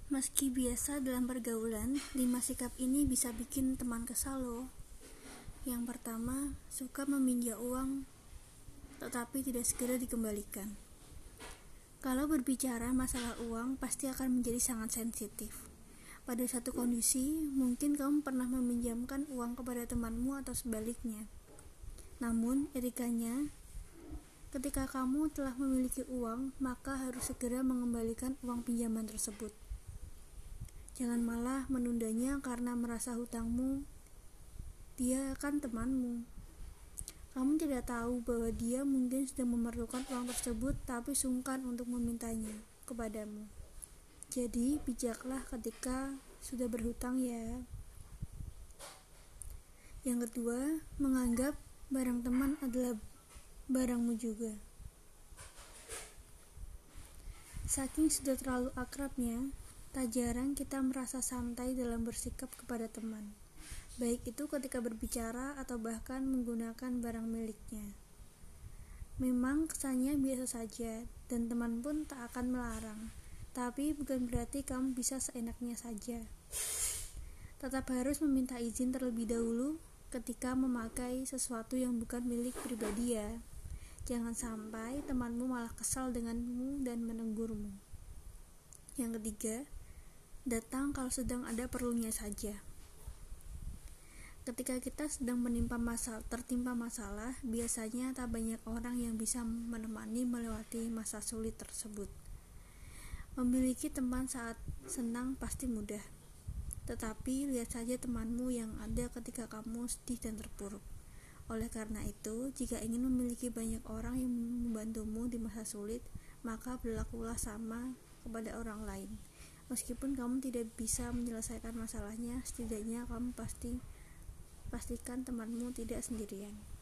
Meski biasa dalam pergaulan, 5 sikap ini bisa bikin teman kesal loh. Yang pertama, suka meminjam uang tetapi tidak segera dikembalikan. Kalau berbicara masalah uang, pasti akan menjadi sangat sensitif. Pada satu kondisi, mungkin kamu pernah meminjamkan uang kepada temanmu atau sebaliknya. Namun, etikanya, ketika kamu telah memiliki uang, maka harus segera mengembalikan uang pinjaman tersebut. Jangan malah menundanya karena merasa hutangmu. Dia kan temanmu. Kamu tidak tahu bahwa dia mungkin sedang memerlukan uang tersebut tapi sungkan untuk memintanya kepadamu. Jadi, bijaklah ketika sudah berhutang ya. Yang kedua, menganggap barang teman adalah barangmu juga. Saking sudah terlalu akrabnya, tak jarang kita merasa santai dalam bersikap kepada teman, baik itu ketika berbicara atau bahkan menggunakan barang miliknya. Memang kesannya biasa saja dan teman pun tak akan melarang, tapi bukan berarti kamu bisa seenaknya saja. Tetap harus meminta izin terlebih dahulu ketika memakai sesuatu yang bukan milik pribadi ya. Jangan sampai temanmu malah kesal denganmu dan menegurmu. Yang ketiga, datang kalau sedang ada perlunya saja. Ketika kita sedang tertimpa masalah, biasanya tak banyak orang yang bisa menemani melewati masa sulit tersebut. Memiliki teman saat senang pasti mudah, tetapi lihat saja temanmu yang ada ketika kamu sedih dan terpuruk. Oleh karena itu, jika ingin memiliki banyak orang yang membantumu di masa sulit, maka berlakulah sama kepada orang lain. Meskipun kamu tidak bisa menyelesaikan masalahnya, setidaknya kamu pastikan temanmu tidak sendirian.